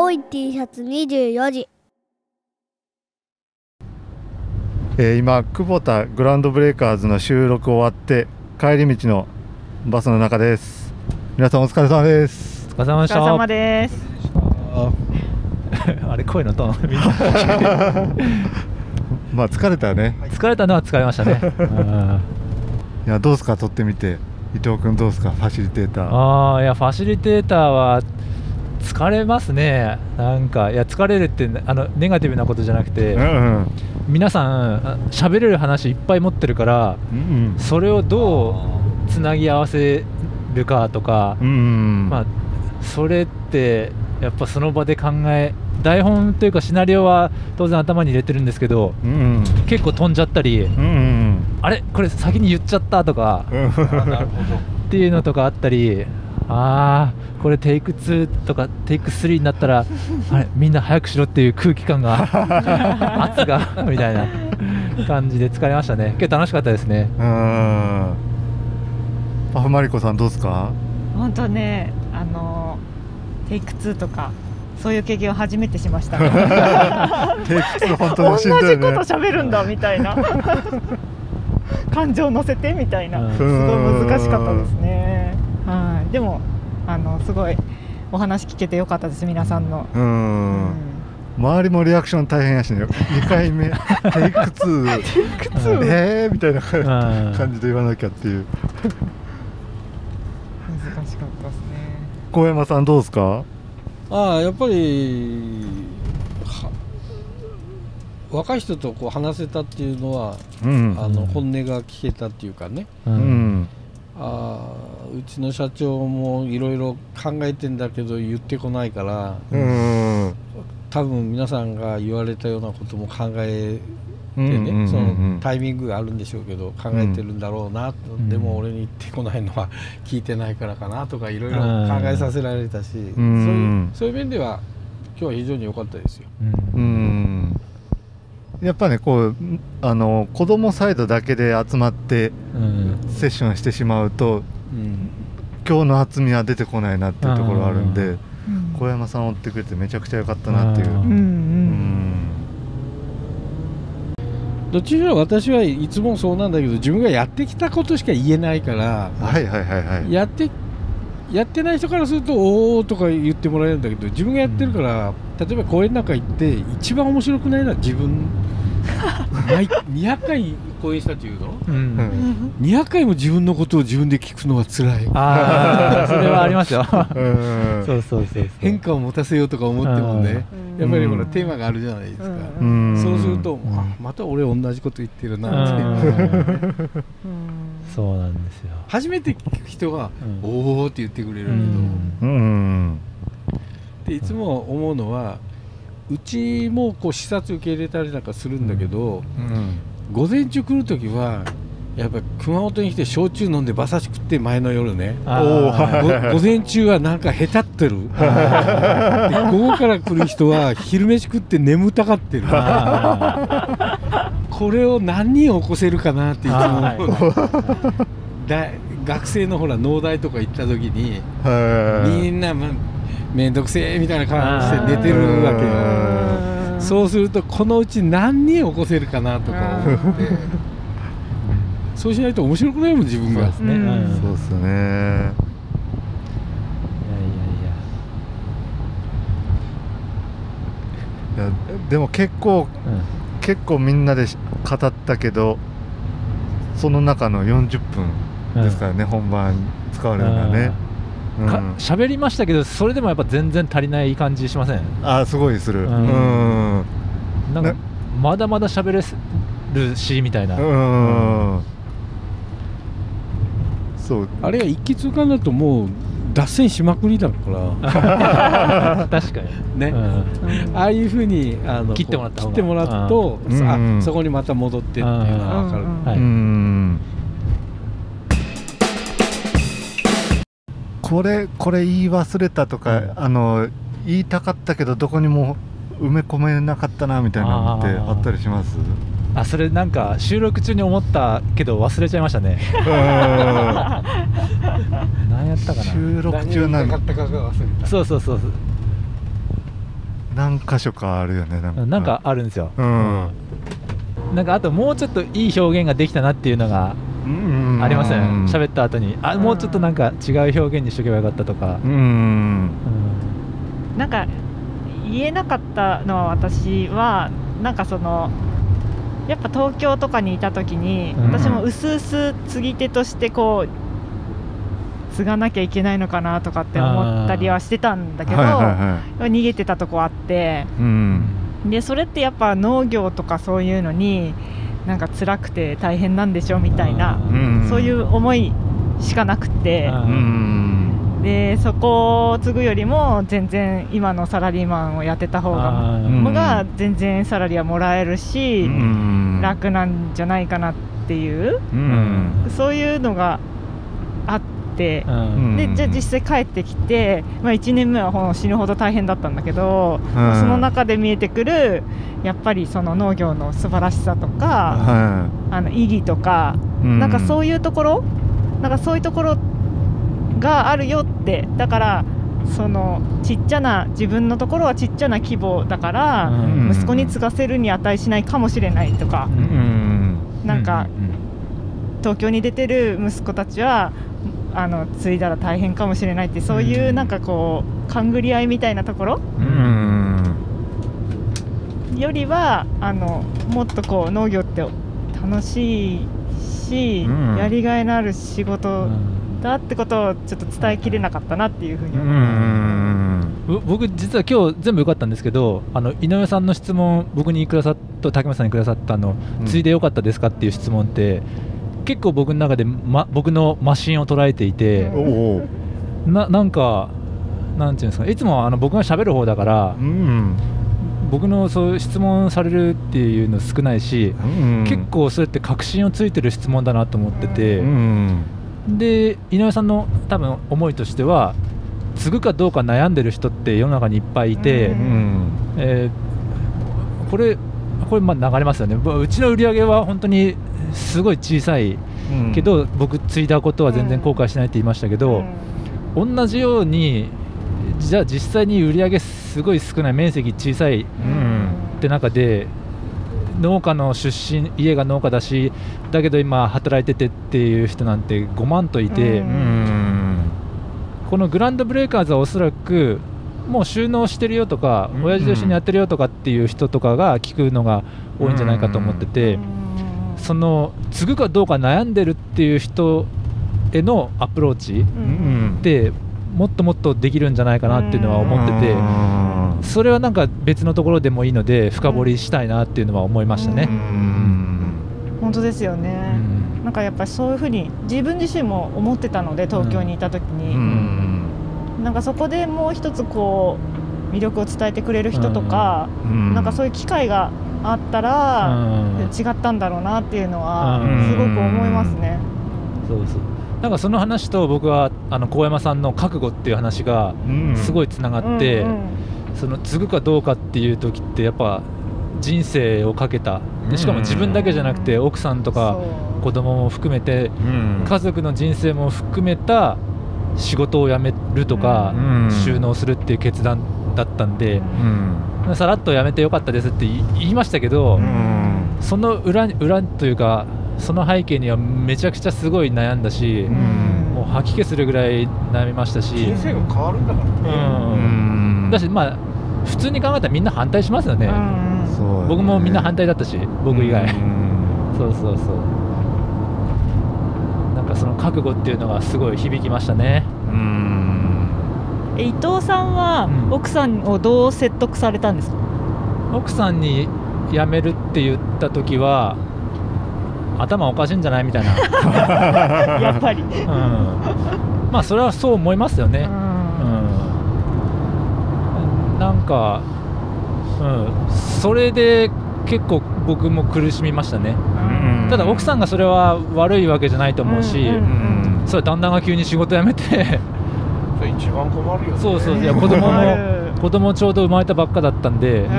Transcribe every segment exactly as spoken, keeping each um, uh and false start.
青い T シャツにじゅうよじ。 えー、今久保田グランドブレイカーズの収録終わって帰り道のバスの中です。皆さんお疲れ様です。 お疲れ様でした。 お疲れ様です。 あれ声のトーンみんなまあ疲れたね。 疲れたのは疲れましたね。 いやどうですか、撮ってみて。伊藤君どうですか、ファシリテーター。 ああ、いやファシリテーターは疲れますね。なんかいや疲れるってあのネガティブなことじゃなくて、うんうん、皆さん喋れる話いっぱい持ってるから、うんうん、それをどうつなぎ合わせるかとか、うんうん、まあそれってやっぱその場で考え、台本というかシナリオは当然頭に入れてるんですけど、うんうん、結構飛んじゃったり、うんうん、あれこれ先に言っちゃったとか、うん、なるほどっていうのとかあったり、あーこれテイクツーとかテイクスリーになったらあれみんな早くしろっていう空気感が圧がみたいな感じで疲れましたね。結構楽しかったですね。うん。 パフマリコさんどうですか。 本当ね、あのテイクツーとかそういう経験を初めてしましたね。 テイクツー本当にしんどいね。 同じこと喋るんだみたいな感情乗せてみたいな、すごい難しかったですね。はい、でもあのすごいお話聞けてよかったです、皆さんの。うん、 うん、周りもリアクション大変やしね。にかいめテイクツーテイクツーえーみたいな感じで言わなきゃっていう難しかったですね。 小山さんどうですか。 ああ、やっぱり若い人とこう話せたっていうのは、うん、あの本音が聞けたっていうかね、うん、あうちの社長もいろいろ考えてんだけど言ってこないから、うん、多分皆さんが言われたようなことも考えてね、そのタイミングがあるんでしょうけど考えてるんだろうな、うん、でも俺に言ってこないのは聞いてないからかなとかいろいろ考えさせられたし、うん、そういう、そういう面では今日は非常に良かったですよ。うん、 やっぱねこうあの子供サイドだけで集まってセッションしてしまうと、うん、今日の厚みは出てこないなっていうところがあるんで、うん、小山さん追ってくれてめちゃくちゃ良かったなっていう。うんうん、 どっちにしろ私はいつもそうなんだけど自分がやってきたことしか言えないから、はいはいはいはい、やってやってない人からするとおーとか言ってもらえるんだけど自分がやってるから、うん、例えば公演なんか行って一番面白くないのは自分にひゃっかい公演したっていうの、うん、にひゃっかいも自分のことを自分で聞くのは辛い。 あそれはありますよ。そうそうそうそう、 変化を持たせようとか思ってもね、やっぱりほらテーマがあるじゃないですか。そうすると、あまた俺同じこと言ってるなってそうなんですよ。 初めて聞く人は、うん、おーって言ってくれるけど、うん、でいつも思うのはうちもこう視察受け入れたりなんかするんだけど、うん、午前中来るときはやっぱり熊本に来て焼酎飲んで馬刺し食って前の夜ね、午前中はなんかへたってる午後から来る人は昼飯食って眠たがってるこれを何人起こせるかなっていつも思うだ学生のほら農大とか行った時にみんな、ま、めんどくせえみたいな感じで寝てるわけよ。そうするとこのうち何人起こせるかなとか思ってそうしないと面白くないもん自分が。 そうですね、うん、そうですね。いやいやいやいやでも結構、うん、結構みんなで語ったけどその中のよんじゅっぷんですからね、うん、本番使われるのはね。 喋、うん、りましたけどそれでもやっぱ全然足りない感じしません？ あすごいする、うんうん、なんかまだまだ喋れるしみたいな、うんうん、 そうあれが一気通貫だともう脱線しまくりだから確かにね、 うん、ああいうふうにあの切ってもらった切ってもらうと、うん、あそこにまた戻ってっていうのが分かる、うんはい、うんこれこれ言い忘れたとか、うん、あの言いたかったけどどこにも埋め込めなかったなみたいなのってあったりします？ あそれなんか収録中に思ったけど忘れちゃいましたね。何やったかな。 収録中何やったかが忘れた。 そうそうそう何箇所かあるよね。なんか、 なんかあるんですよ、 うん、 なんかあともうちょっといい表現ができたなっていうのがありますよね。喋った後にあもうちょっとなんか違う表現にしとけばよかったとか、 うん、うん、 なんか言えなかったのは、私はなんかそのやっぱ東京とかにいた時に、うん、私もうすうす継ぎ手としてこう継がなきゃいけないのかなとかって思ったりはしてたんだけど、はいはいはい、逃げてたとこあって、うん、でそれってやっぱ農業とかそういうのになんか辛くて大変なんでしょみたいな、うん、そういう思いしかなくて、うん、でそこを継ぐよりも全然今のサラリーマンをやってた方がもが全然サラリーはもらえるし、うん、楽なんじゃないかなっていう、うん、そういうのがあって、うん、でじゃあ実際帰ってきて、まあ、いちねんめはほん死ぬほど大変だったんだけど、うん、その中で見えてくるやっぱりその農業の素晴らしさとか、うん、あの意義とか、うん、なんかそういうところなんかそういうところがあるよって。だからそのちっちゃな自分のところはちっちゃな規模だから、うん、息子に継がせるに値しないかもしれないとか、うん、なんか、うん、東京に出てる息子たちはあの継いだら大変かもしれないって、そういうなんかこう勘繰り合いみたいなところ、うん、よりはあのもっとこう農業って楽しいし、うん、やりがいのある仕事だってことをちょっと伝えきれなかったなっていうふうに思います。 僕実は今日全部良かったんですけど、あの井上さんの質問僕にくださった竹村さんにくださったあの、うん、継いでよかったですかっていう質問って結構僕の中で、ま、僕のマシンを捉えていて、うん、な, なんかなんていうんですか、いつもあの僕が喋る方だから、うん、僕のそういう質問されるっていうの少ないし、うん、結構それって確信をついてる質問だなと思ってて、うん、で井上さんの多分思いとしては継ぐかどうか悩んでる人って世の中にいっぱいいて、うんえー、これこれまあ流れますよね。うちの売り上げは本当にすごい小さいけど、うん、僕継いだことは全然後悔しないって言いましたけど、うん、同じようにじゃあ実際に売り上げすごい少ない面積小さいって中で、農家の出身家が農家だしだけど今働いててっていう人なんてごまんといて、うん、このグランドブレイカーズはおそらくもう収納してるよとか、うん、親父と一緒にやってるよとかっていう人とかが聞くのが多いんじゃないかと思ってて、うん、その継ぐかどうか悩んでるっていう人へのアプローチでもっともっとできるんじゃないかなっていうのは思ってて、うん、それはなんか別のところでもいいので深掘りしたいなっていうのは思いましたね。うんうん、 本当ですよね、うん、なんかやっぱりそういうふうに自分自身も思ってたので、東京にいた時に、うんうん、なんかそこでもう一つこう魅力を伝えてくれる人とか、うん、なんかそういう機会があったら違ったんだろうなっていうのはすごく思いますね。 うん、そうそうなんかその話と僕はあの高山さんの覚悟っていう話がすごいつながって、うんうん、その継ぐかどうかっていう時ってやっぱ人生をかけた、でしかも自分だけじゃなくて奥さんとか子供も含めて、うん、家族の人生も含めた仕事を辞めるとか、うん、収納するっていう決断だったんで、うん、さらっと辞めてよかったですって言いましたけど、うん、その 裏, 裏というかその背景にはめちゃくちゃすごい悩んだし、うん、もう吐き気するぐらい悩みましたし、 人生が変わるんだからね、 うんうん、だしまあ普通に考えたらみんな反対しますよね、うんそうね、僕もみんな反対だったし僕以外、うん、そうそうそうなんかその覚悟っていうのがすごい響きましたね。 うん伊藤さんは奥さんをどう説得されたんですか？ うん、奥さんに辞めるって言った時は頭おかしいんじゃないみたいなやっぱり、うん、 まあそれはそう思いますよね、うんうん、なんか、うん、それで結構僕も苦しみましたね、うん、ただ奥さんがそれは悪いわけじゃないと思うし、うんうんうん、それ旦那が急に仕事辞めてそれ一番困るよね。 そうそういや子供も子供ちょうど生まれたばっかだったんで、うん、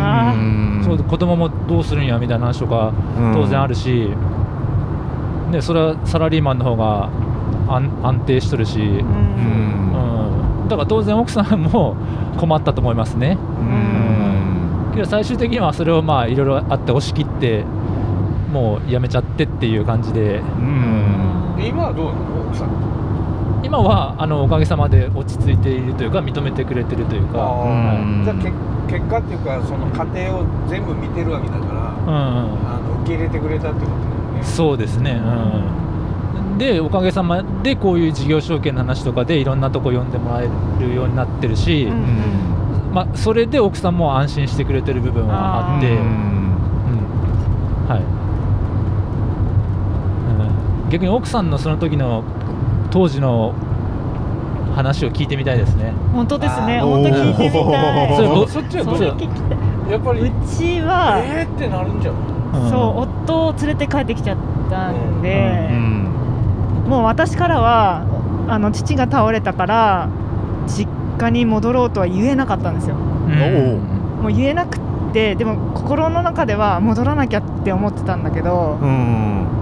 そう子供もどうするんやみたいな話とか当然あるし、うんね、それはサラリーマンの方が安, 安定しとるし、うんうん、だから当然奥さんも困ったと思いますね。うんけど最終的にはそれをまあいろいろあって押し切ってもうやめちゃってっていう感じで、うん、 今はどうなの奥さん？ 今はあのおかげさまで落ち着いているというか認めてくれてるというか、 はい、じゃあけ結果っていうかその過程を全部見てるわけだから、うん、あの受け入れてくれたってことだよね。そうですね、 うん、でおかげさまでこういう事業承継の話とかでいろんなとこ呼んでもらえるようになってるし、うんうん、まあ、それで奥さんも安心してくれてる部分はあって、うんうん、はい、うん、逆に奥さんのその時の当時の話を聞いてみたいですね。 本当ですね。本当聞いてみたい。 そ, そっちはどうやっぱりうちはえーってなるんじゃない？ うん、そう夫を連れて帰ってきちゃったんで、うんうん、もう私からはあの父が倒れたから実家に戻ろうとは言えなかったんですよ。うん、もう言えなくて、でも心の中では戻らなきゃって思ってたんだけど、うん、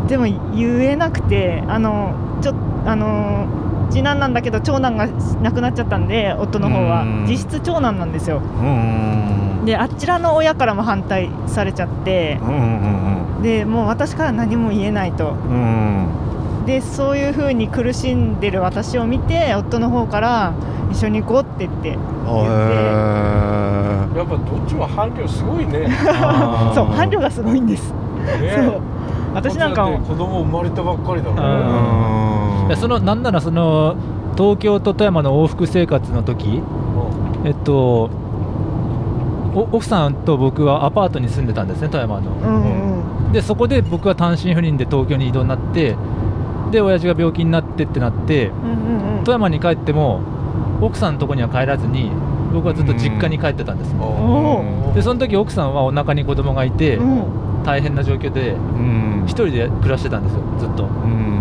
でも言えなくて、あのちょあの次男なんだけど長男が亡くなっちゃったんで、夫の方は実質長男なんですよ。であちらの親からも反対されちゃって、でもう私から何も言えないと、でそういう風に苦しんでる私を見て夫の方から一緒に行こうって言って言って、 やっぱどっちも伴侶すごいね。 そう伴侶がすごいんです、ね、そう私なんか子供生まれたばっかりだもん。 そのなんならその東京と富山の往復生活の時、えっと奥さんと僕はアパートに住んでたんですね、富山の、うんうん、でそこで僕は単身赴任で東京に移動になって、で親父が病気になってってなって、うんうんうん、富山に帰っても奥さんのとこには帰らずに僕はずっと実家に帰ってたんです、うん、でその時奥さんはお腹に子供がいて、うん、大変な状況で、うん、一人で暮らしてたんですよずっと、うん、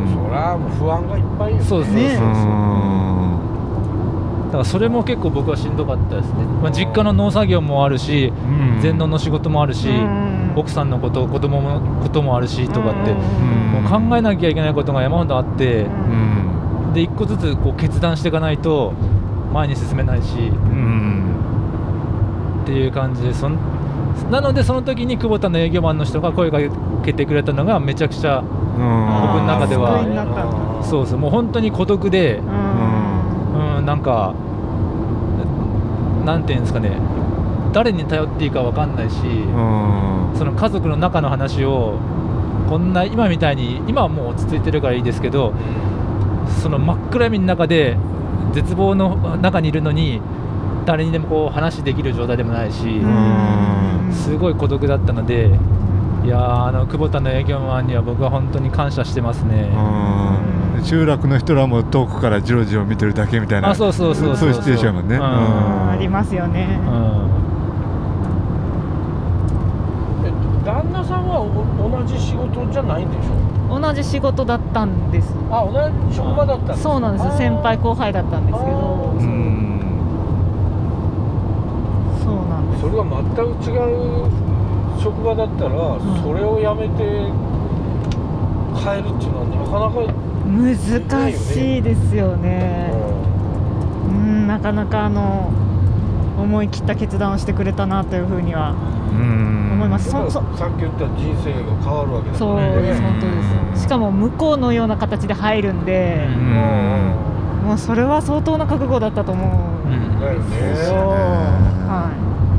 そりゃもう不安がいっぱいよね。 そうそうそうそう、ね、だからそれも結構僕はしんどかったですね、まあ、実家の農作業もあるし、うん、全農の仕事もあるし、うん、奥さんのこと子供のこともあるしとかって、うん、もう考えなきゃいけないことが山ほどあって、うん、で一個ずつこう決断していかないと前に進めないし、うん、っていう感じで、そんなのでその時に久保田の営業マンの人が声かけてくれたのがめちゃくちゃ僕の中ではそうそうもう本当に孤独で、うんうん、なんかなんていうんですかね、誰に頼っていいか分かんないし、その家族の中の話をこんな今みたいに、今はもう落ち着いてるからいいですけど、その真っ暗闇の中で絶望の中にいるのに誰にでもこう話できる状態でもないし、すごい孤独だったので、いやあの久保田の営業マンには僕は本当に感謝してますね。 集落の人らも遠くからジロジロ見てるだけみたいな、 あそうそうそうそういうシチュエーションもね、 ありますよね。 旦那さんは同じ仕事じゃないんでしょ？ 同じ仕事だったんです。 あ、同じ職場だったんです。 そうなんです。先輩後輩だったんですけど、うん、そうなんです。 それが全く違う職場だったら、うん、それをやめて変えるっていうのはなかなか難しいですよね。うん、なかなかあの思い切った決断をしてくれたなというふうには思います。 そそさっき言った人生が変わるわけだからね。 そうです、本当です。しかも向こうのような形で入るんで、うんもうそれは相当な覚悟だったと思うんですよ。はい、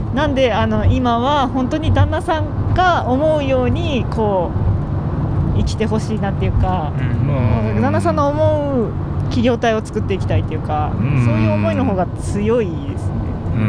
なんであの今は本当に旦那さんが思うようにこう生きてほしいなっていうか、うん、旦那さんの思う企業体を作っていきたいっていうか、うん、そういう思いの方が強いですね。うん、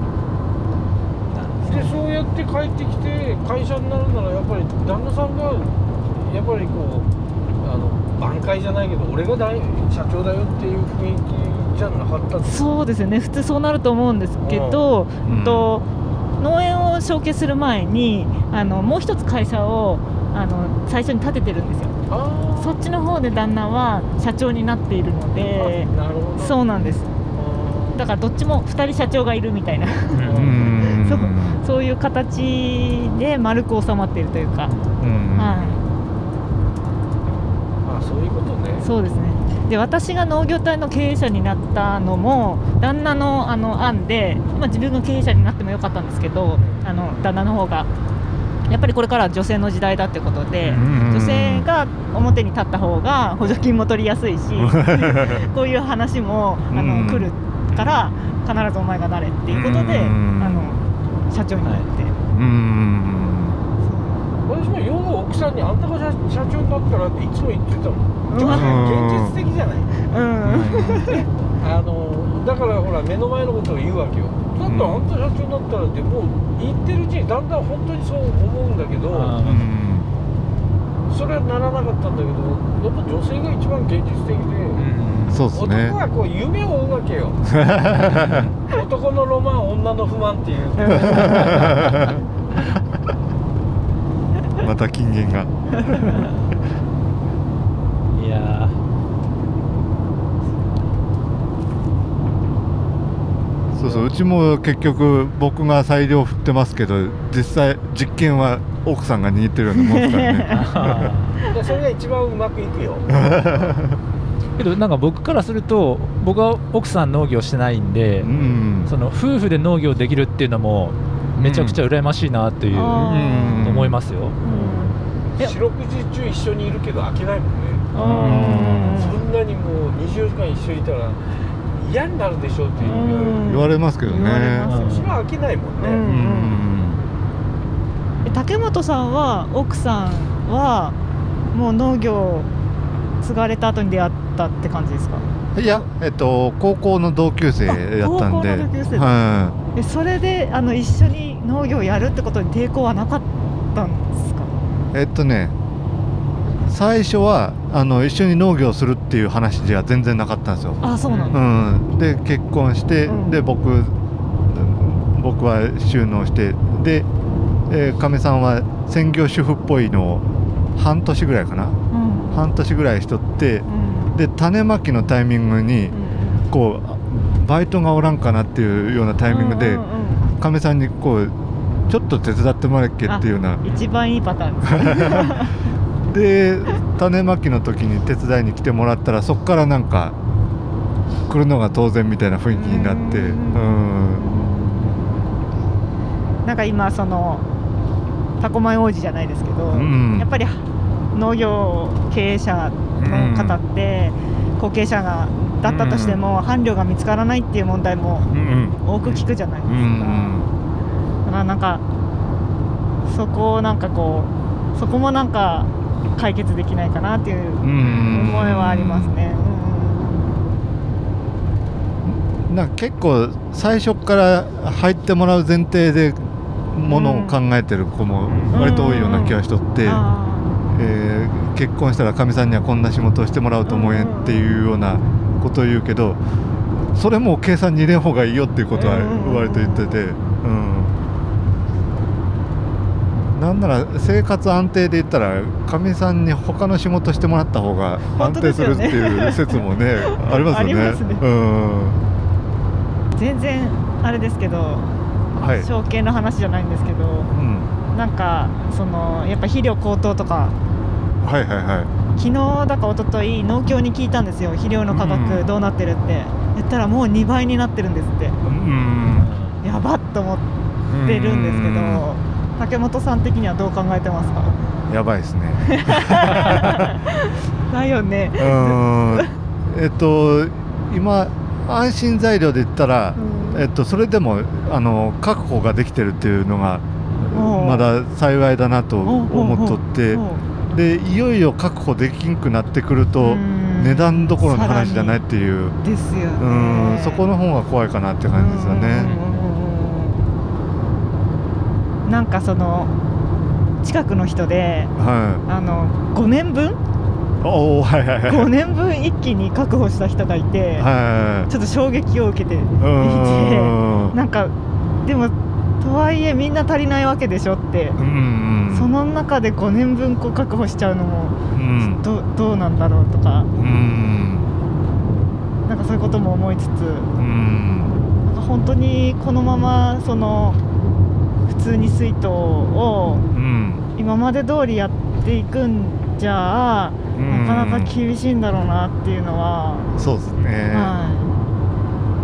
でそうやって帰ってきて会社になるならやっぱり旦那さんがやっぱりこうあの挽回じゃないけど俺が大社長だよっていう雰囲気じゃなかったんですか？ そうですよね、普通そうなると思うんですけど、うん、と農園を承継する前にあのもう一つ会社をあの最初に建ててるんですよ。そっちの方で旦那は社長になっているので、なるほど、そうなんです。だからどっちもふたり社長がいるみたいなそう、そういう形で丸く収まっているというか、うん、はい、 あそういうことね。 そうですね。で私が農業体の経営者になったのも旦那のあの案で、まあ、自分が経営者になってもよかったんですけど、あの旦那の方がやっぱりこれからは女性の時代だってことで、女性が表に立った方が補助金も取りやすいしこういう話もあの来るから必ずお前がなれっていうことであの社長になって、うーん、 私も世の奥さんにあんたが社長になったらっていつも言ってたもん。現実的じゃない。あのだからほら目の前のことを言うわけよ。だったらあんた社長になったらってもう言ってるうちにだんだん本当にそう思うんだけど、それはならなかったんだけど、やっぱ女性が一番現実的で、 そうですね、 男はこう夢を追うわけよ。男のロマン、女の不満っていう。 また金言が。 いやそうそう、うちも結局僕が裁量振ってますけど、実際実験は奥さんが握ってるようなもんですからね。 それが一番うまくいくよ。 けどなんか僕からすると、僕は奥さん農業してないんで、うん、その夫婦で農業できるっていうのもめちゃくちゃ羨ましいなっていう、うん、思いますよ。 四六時中一緒にいるけど飽きないもんね。そんなにもうにじゅうよじかん一緒にいたら嫌になるでしょって言われますけどね。 それは飽きないもんね。 竹本さんは奥さんはもう農業継がれた後に出会ったって感じですか？ いや、えっと高校の同級生やったんで、 はい、でそれであの一緒に農業をやるってことに抵抗はなかったんですか？ えっとね最初はあの一緒に農業するっていう話じゃ全然なかったんですよ。 あ、そうなんだ。 うん、で結婚して、うん、で僕僕は収納してでえー、かみさんは専業主婦っぽいのを半年ぐらいかな、うん、半年ぐらいしとって、うん、で種まきのタイミングに、うん、こうバイトがおらんかなっていうようなタイミングでかみさんにこうちょっと手伝ってもらえっけっていうような、 一番いいパターンですで種まきの時に手伝いに来てもらったらそこからなんか来るのが当然みたいな雰囲気になって、うん、 なんか今そのタコ米王子じゃないですけど、うん、やっぱり農業経営者の方って、うん、後継者がだったとしても、うん、伴侶が見つからないっていう問題も多く聞くじゃないですか、うん、だからなんかそこをなんかこうそこもなんか解決できないかなっていう思いはありますね、 うん、なんか結構最初から入ってもらう前提でものを考えてる子も割と多いような気がしとって、うん、えー、結婚したらかみさんにはこんな仕事をしてもらうと思えっていうようなことを言うけど、それも計算に入れん方がいいよっていうことは割と言ってて、うん、なんなら生活安定で言ったらかみさんに他の仕事してもらった方が安定するっていう説もねありますよね。 ありますね、うん、全然あれですけど、はい、証券の話じゃないんですけど、うん、なんかそのやっぱ肥料高騰とか、 はいはいはい、 昨日だか一昨日農協に聞いたんですよ。肥料の価格どうなってるって、うん、言ったらもうにばいになってるんですって、うん、やばっと思ってるんですけど、うん、竹本さん的にはどう考えてますか？ やばいですねだよね。 うんえっと今安心材料で言ったら、うん、えっと、それでもあの確保ができてるっていうのがまだ幸いだなと思っとって、でいよいよ確保できんくなってくると値段どころの話じゃないっていう、 ですよね、 うん、そこの方が怖いかなって感じですよね。 なんかその近くの人で、はい、あのごねんぶんおはいはいはい、 ごねんぶん一気に確保した人がいて、はい、ちょっと衝撃を受けていて、なんかでもとはいえみんな足りないわけでしょって、うん、その中でごねんぶんこう確保しちゃうのも、うん、ど, どうなんだろうとか、うん、なんかそういうことも思いつつ、うん、なんか本当にこのままその普通に水筒を今まで通りやっていくんじゃあなかなか厳しいんだろうなっていうのは、 そうですね、 はい、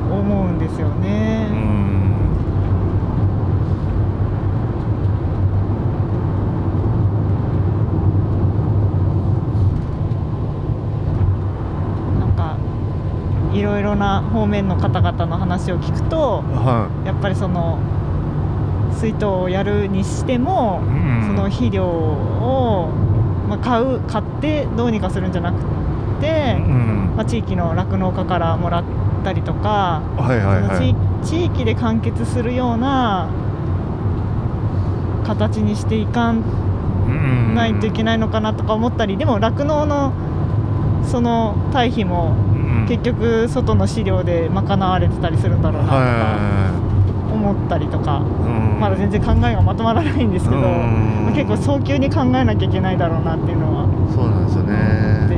思うんですよね。うんいろいろな方面の方々の話を聞くと、はい、やっぱりその水筒をやるにしても、うん、その肥料を、まあ、買う買ってどうにかするんじゃなくて、うんまあ、地域の酪農家からもらったりとか、はいはいはい、その 地, 地域で完結するような形にしていかないといけないのかなとか思ったり、でも酪農のその堆肥も結局外の飼料で賄われてたりするんだろうなとか思ったりとか、まだ全然考えがまとまらないんですけど、結構早急に考えなきゃいけないだろうなっていうのはそうなんですよね。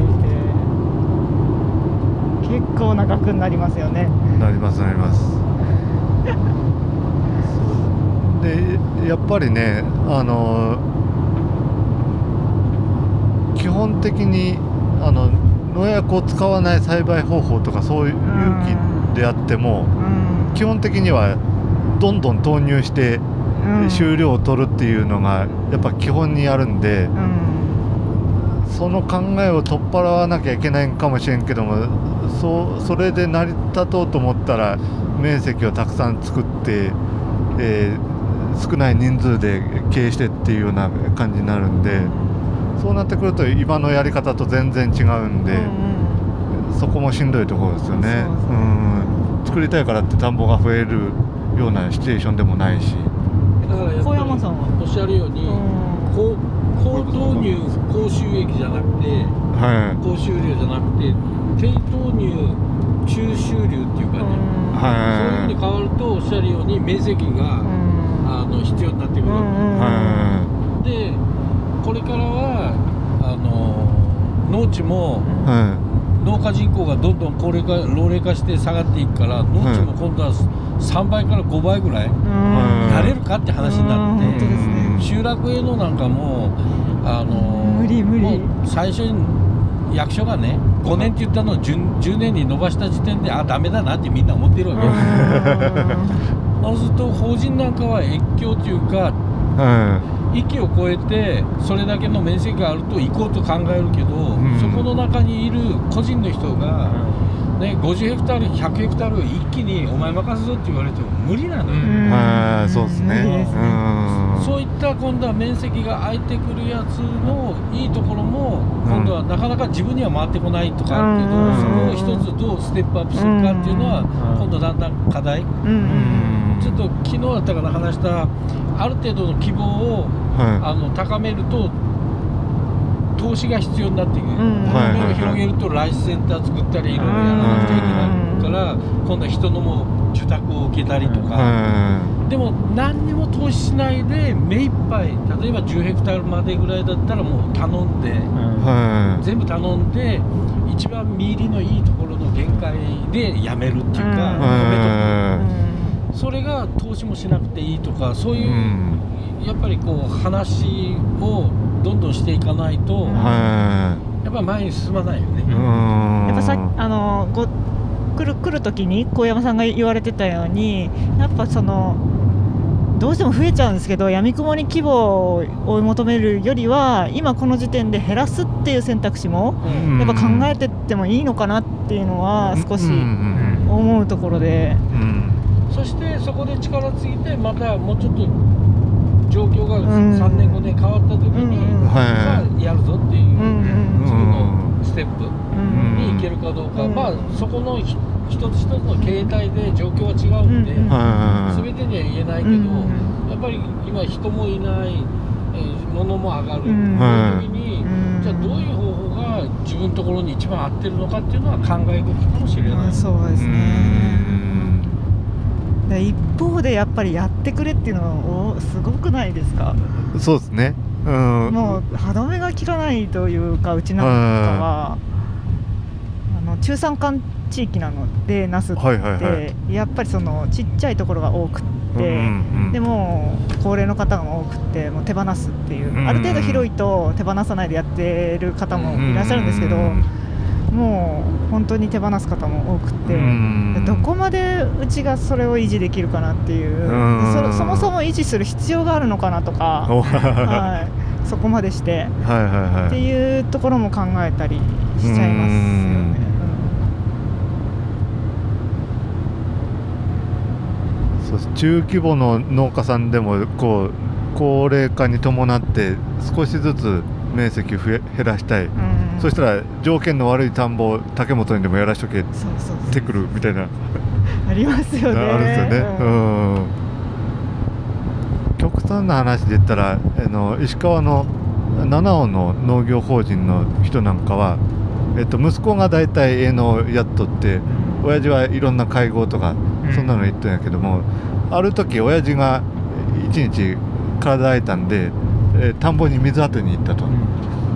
結構な額になりますよね。 なりますなりますでやっぱりね、あの基本的にあの農薬を使わない栽培方法とかそういう木であっても、うん、基本的にはどんどん投入して、うん、収量を取るっていうのがやっぱ基本にあるんで、うん、その考えを取っ払わなきゃいけないかもしれんけども、そ, それで成り立とうと思ったら面積をたくさん作って、えー、少ない人数で経営してっていうような感じになるんで、そうなってくると今のやり方と全然違うんで、うんうん、そこもしんどいところですよね。うん、作りたいからって田んぼが増えるようなシチュエーションでもないし、 だからやっぱり小山さんはおっしゃるように、うん、高, 高投入高収益じゃなくて、はい、高収量じゃなくて低投入中収量っていうかね、うんはい、そういうふうに変わるとおっしゃるように面積が、うん、あの必要になってくるわけ、うん、でこれからはあの農地も、はい、農家人口がどんどん高齢化老齢化して下がっていくから、農地も今度はさんばいからごばいぐらいやれるかって話になって、ね、集落営農なんかもあの無理無理もう最初に役所がねごねんって言ったのを 10, じゅうねんに伸ばした時点であダメだなってみんな思ってるわけそうすると法人なんかは越境というか、はい域を超えてそれだけの面積があると行こうと考えるけど、うん、そこの中にいる個人の人が、ね、ごじゅうヘクタールひゃくヘクタールを一気にお前任すぞって言われても無理なのよ、 うん、あそうですね、 うん、そういった今度は面積が空いてくるやつのいいところも今度はなかなか自分には回ってこないとかあるけど、うん、そこを一つどうステップアップするかっていうのは今度だんだん課題、うん、ちょっと昨日だったかな話したある程度の希望を、はい、あの高めると投資が必要になっていく、うん、夢を広げるとライスセンター作ったりいろいろやらなくちゃいけないから、うん、今度は人のも受託を受けたりとか、うん、でも何にも投資しないで目いっぱい例えばじゅうヘクタールまでぐらいだったらもう頼んで、うん、全部頼んで一番見入りのいいところの限界でやめるっていうか、うん、止めとく、うんそれが投資もしなくていいとかそういう、うん、やっぱりこう話をどんどんしていかないと、うん、やっぱり前に進まないよね、うん、 やっぱさあのご来る来る時に小山さんが言われてたようにやっぱそのどうしても増えちゃうんですけどやみくもに規模を追い求めるよりは今この時点で減らすっていう選択肢も、うん、やっぱ考えてってもいいのかなっていうのは少し思うところで、うんうんそしてそこで力ついてまたもうちょっと状況がさんねんごねん変わった時に、うん、さあやるぞっていう、うん、次のステップに行けるかどうか、うん、まあそこの一つ一つの形態で状況は違うんで、うん、全てには言えないけど、うん、やっぱり今人もいない、えー、物も上がる、うん、そういう時に、うん、じゃあどういう方法が自分のところに一番合ってるのかっていうのは考え時かもしれない、 うん、そうですね。一方でやっぱりやってくれっていうのはすごくないですか。 そうですね、うん、 もう歯止めが効かないというかうちなんかはあの中山間地域なので那須って、 はいはいはい、 やっぱりそのちっちゃいところが多くって、うんうんうん、でも高齢の方が多くってもう手放すっていう、うんうん、ある程度広いと手放さないでやってる方もいらっしゃるんですけど、うんうん、もう本当に手放す方も多くて、うん、どこまでうちがそれを維持できるかなっていう、うん、そ, そもそも維持する必要があるのかなとか、はい、そこまでして、はいはいはい、っていうところも考えたりしちゃいますよね。 うん、そう中規模の農家さんでもこう高齢化に伴って少しずつ面積増え減らしたい、うん、そしたら条件の悪い田んぼを竹本にでもやらしとけってくるみたいなありますよね。 あるんですよね、うん、極端な話で言ったらあの石川の七尾の農業法人の人なんかは、えっと、息子が大体営農やっとって親父はいろんな会合とかそんなの言ってんやけども、うん、ある時親父が一日体空いたんで、えー、田んぼに水当てに行ったと、うん、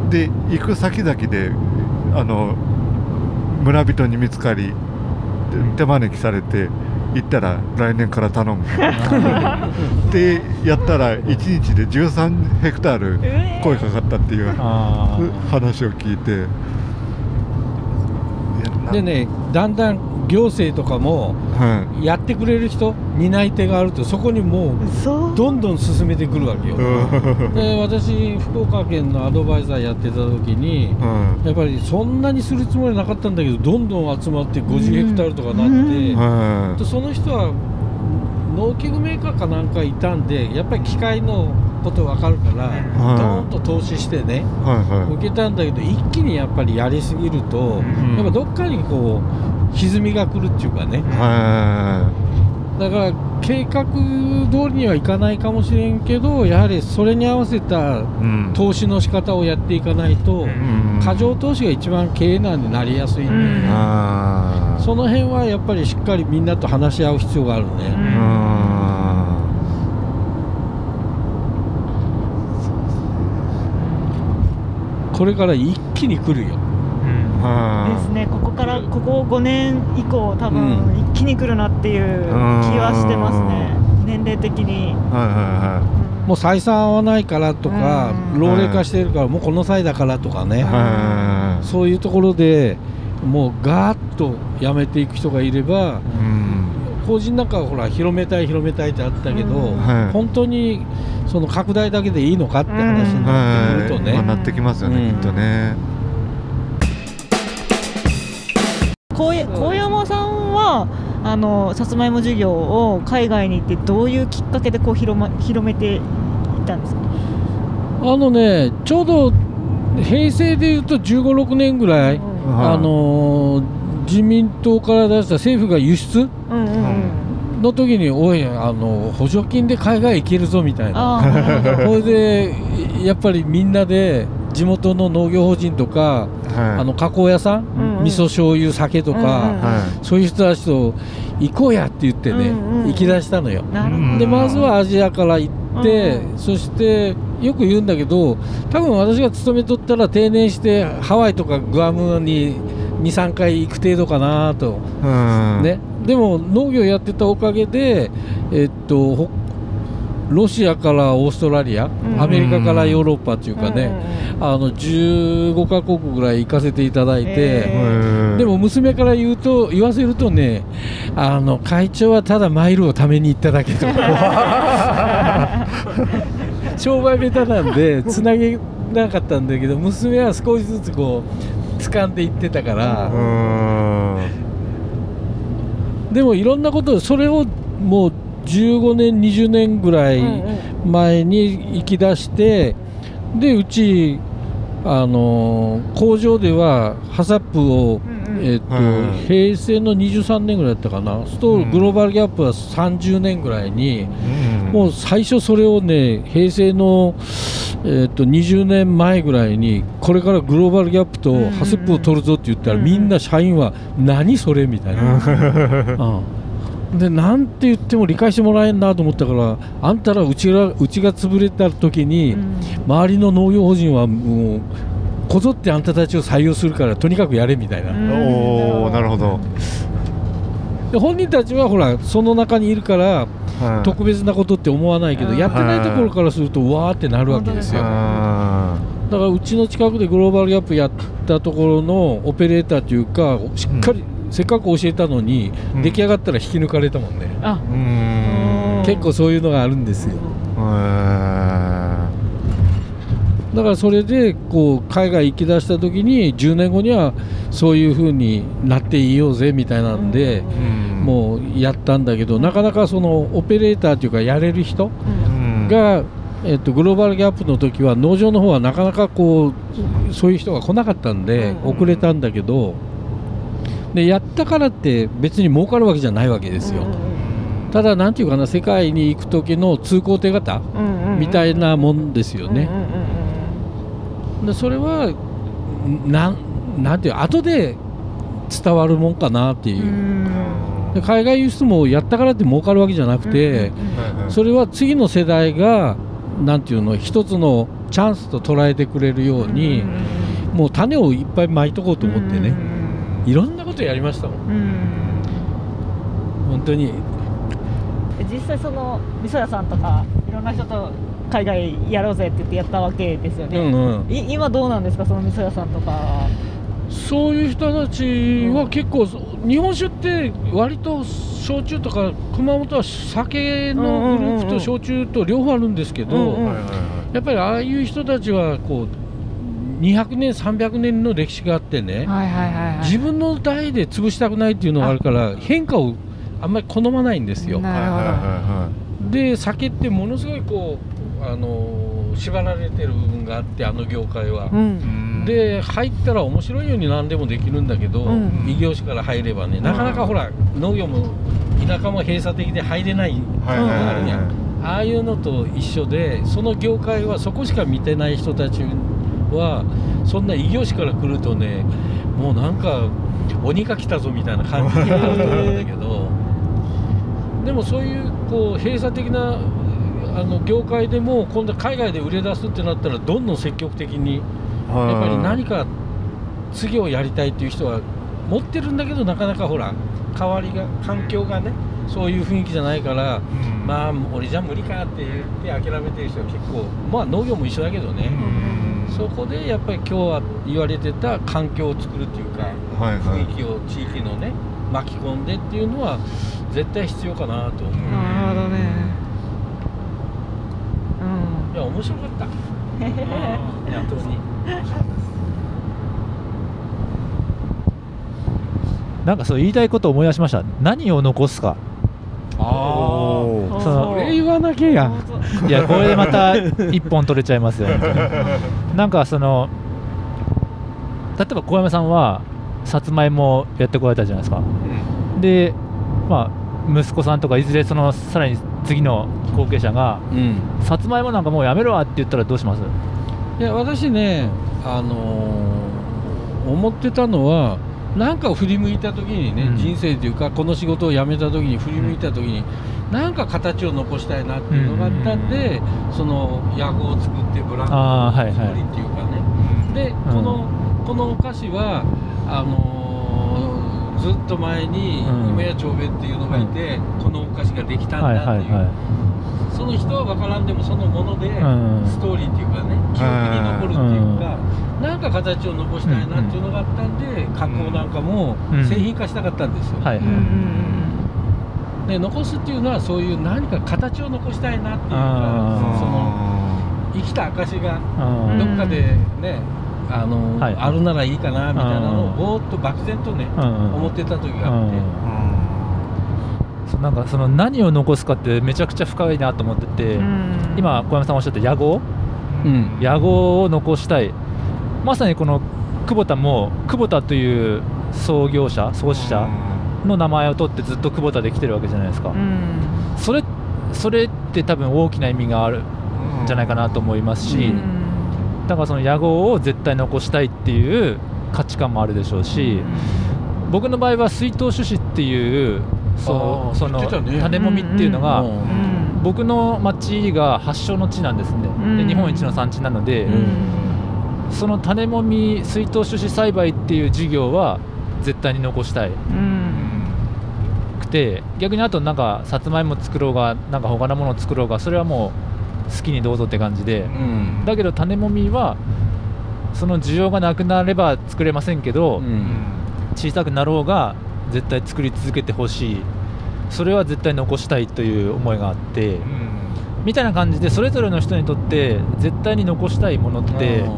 で行く先々であの村人に見つかり手招きされて行ったら来年から頼むでやったらいちにちでじゅうさんヘクタール声かかったっていう話を聞いて、 でねだんだん行政とかもやってくれる人、担い手があるとそこにもうどんどん進めてくるわけよ。で私福岡県のアドバイザーやってた時に、やっぱりそんなにするつもりなかったんだけどどんどん集まってごじゅうヘクタールとかなって、でその人は農機具メーカーかなんかいたんでやっぱり機械のこと分かるから、はい、ドーンと投資してね、はいはい、受けたんだけど一気にやっぱりやりすぎると、うん、やっぱどっかにこう歪みが来るっていうかね、はい、だから計画通りにはいかないかもしれんけどやはりそれに合わせた投資の仕方をやっていかないと、うん、過剰投資が一番経営難になりやすいんで、うん、その辺はやっぱりしっかりみんなと話し合う必要があるね、うん、これから一気に来るよ、うん、 ですね。ここからここごねん以降多分一気に来るなっていう気はしてますね、年齢的に、はいはいはい、 もう採算合わないからとか老齢化してるからもうこの際だからとかね、はい、そういうところでもうガーッとやめていく人がいれば、うん、法人なんかはほら広めたい広めたいってあったけど、うんはい、本当にその拡大だけでいいのかって話になってくるとね、うんはいまあ、なってきますよね、うん、きっとね。 高山さんはあのさつまいも事業を海外に行ってどういうきっかけでこう 広,、ま、広めていったんですか？あのねちょうど平成でいうとじゅうご、ろくねんぐらい、うん、あの自民党から出した政府が輸出、うんうんうん、の時においあの補助金で海外行けるぞみたいなそれでやっぱりみんなで地元の農業法人とか、はい、あの加工屋さん、うんうん、味噌醤油酒とか、うんうんはい、そういう人たちと行こうやって言ってね、うんうん、行き出したのよ。でまずはアジアから行って、うんうん、そしてよく言うんだけど多分私が勤めとったら定年してハワイとかグアムににさんかい行く程度かなと、うんね、でも農業やってたおかげで、えっと、ロシアからオーストラリア、うん、アメリカからヨーロッパっていうかね、うん、あのじゅうごかこくぐらい行かせていただいて、えー、でも娘から言うと言わせるとねあの会長はただマイルをために行っただけと商売下手なんでつなげなかったんだけど娘は少しずつこう掴んでいってたから、でもいろんなことそれをもうじゅうごねんにじゅうねんぐらい前に行き出して、うんうん、でうちあの工場ではハサップを、うんうんえーとはい、平成のにじゅうさんねんぐらいだったかな、ストールグローバルギャップはさんじゅうねんぐらいに、うん、もう最初それをね平成の、えー、とにじゅうねんまえぐらいにこれからグローバルギャップとハサップを取るぞって言ったら、うんうん、みんな社員は何それみたいな、うんでなんて言っても理解してもらえんなと思ったからあんたらうちがうちが潰れた時に、うん、周りの農業法人はもうこぞってあんたたちを採用するからとにかくやれみたいな。 おお、なるほど。 で本人たちはほらその中にいるから、はい、特別なことって思わないけど、やってないところからするとわーってなるわけですよ。だからうちの近くでグローバルギャップやったところのオペレーターというか、しっかり、うん、せっかく教えたのに、うん、出来上がったら引き抜かれたもんね。あ、うーん、結構そういうのがあるんですよ。だからそれでこう海外行き出した時にじゅうねんごにはそういう風になっていようぜみたいなんで、うん、もうやったんだけど、なかなかそのオペレーターというかやれる人が、うんえっと、グローバルギャップの時は農場の方はなかなかこうそういう人が来なかったんで遅れたんだけど、でやったからって別に儲かるわけじゃないわけですよ。ただなんていうかな、世界に行く時の通行手形みたいなもんですよね。でそれはななんていう後で伝わるもんかなっていう。で海外輸出もやったからって儲かるわけじゃなくて、それは次の世代がなんていうの一つのチャンスと捉えてくれるように、もう種をいっぱいまいとこうと思ってね、いろんなことやりましたもん。本当に実際その味噌屋さんとかいろんな人と海外やろうぜって言ってやったわけですよね。うんうん、い今どうなんですか、その味噌屋さんとか。 そういう人たちは結構、うん、日本酒って割と焼酎とか熊本は酒のグループと焼酎と両方あるんですけど、やっぱりああいう人たちはこうにひゃくねんさんびゃくねんの歴史があってね、自分の代で潰したくないっていうのがあるから変化をあんまり好まないんですよ。で酒ってものすごいこうあの縛られてる部分があって、あの業界は、うん、で入ったら面白いように何でもできるんだけど、うん、異業種から入ればね、なかなかほら農業も田舎も閉鎖的で入れないのがあるやん。ああいうのと一緒で、その業界はそこしか見てない人たちはそんな異業種から来るとね、もうなんか鬼が来たぞみたいな感じになると思うんだけどでもそういうこう閉鎖的なあの業界でも今度は海外で売れ出すってなったらどんどん積極的にやっぱり何か次をやりたいっていう人は持ってるんだけど、なかなかほら変わりが環境がねそういう雰囲気じゃないから、うん、まあ俺じゃ無理かって言って諦めてる人は結構、まあ農業も一緒だけどね、うん、そこでやっぱり今日は言われてた環境を作るっていうか、はいはい、雰囲気を地域のね巻き込んでっていうのは絶対必要かなと思う。 なるほどね。 いや面白かった本当になんかそう言いたいことを思い出しました。何を残すか。 ああ、そのそれ言わなきゃやいやこれでまた一本取れちゃいますよなんかその例えば小山さんはさつまいもやってこられたじゃないですか、うん、でまあ息子さんとかいずれそのさらに次の後継者が、うん、さつまいもなんかもうやめろわって言ったらどうします？ いや私ね、あのー、思ってたのはなんか振り向いた時にね、うん、人生というかこの仕事を辞めた時に振り向いた時に、うん、なんか形を残したいなっていうのがあったんで、うん、そのヤゴを作ってブランドを作りっていうかね、はいはい、で、うん、このこのお菓子はあのーずっと前に今や長兵衛っていうのがいて、うん、このお菓子ができたんだっていう、はいはいはい、その人は分からんでもそのものでストーリーっていうかね、記憶に残るっていうか、うん、なんか形を残したいなっていうのがあったんで、加工なんかも製品化したかったんですよ、うんはいはい、で残すっていうのはそういう何か形を残したいなっていうか、その生きた証がどっかでねあの、はい、あるならいいかなみたいなのをぼーっと漠然とね、うん、思ってた時があって、 うん、なんかその何を残すかってめちゃくちゃ深いなと思ってて、うん、今小山さんおっしゃった屋号、うん、屋号を残したい。まさにこの久保田も久保田という創業者創始者の名前を取ってずっと久保田で来てるわけじゃないですか、うん、それそれって多分大きな意味があるんじゃないかなと思いますし、うんだからその屋号を絶対残したいっていう価値観もあるでしょうし、うん、僕の場合は水筒種子っていうそ, その種もみっていうのが、うんうん、僕の町が発祥の地なんですね、うん、で日本一の産地なので、うん、 その種もみ水筒種子栽培っていう事業は絶対に残したい、うん、くて、逆にあとなんかさつまいも作ろうがなんか他のものを作ろうがそれはもう好きにどうぞって感じで、うん、だけど種もみはその需要がなくなれば作れませんけど、うん、小さくなろうが絶対作り続けてほしい、それは絶対残したいという思いがあって、うん、みたいな感じでそれぞれの人にとって絶対に残したいものって、うん、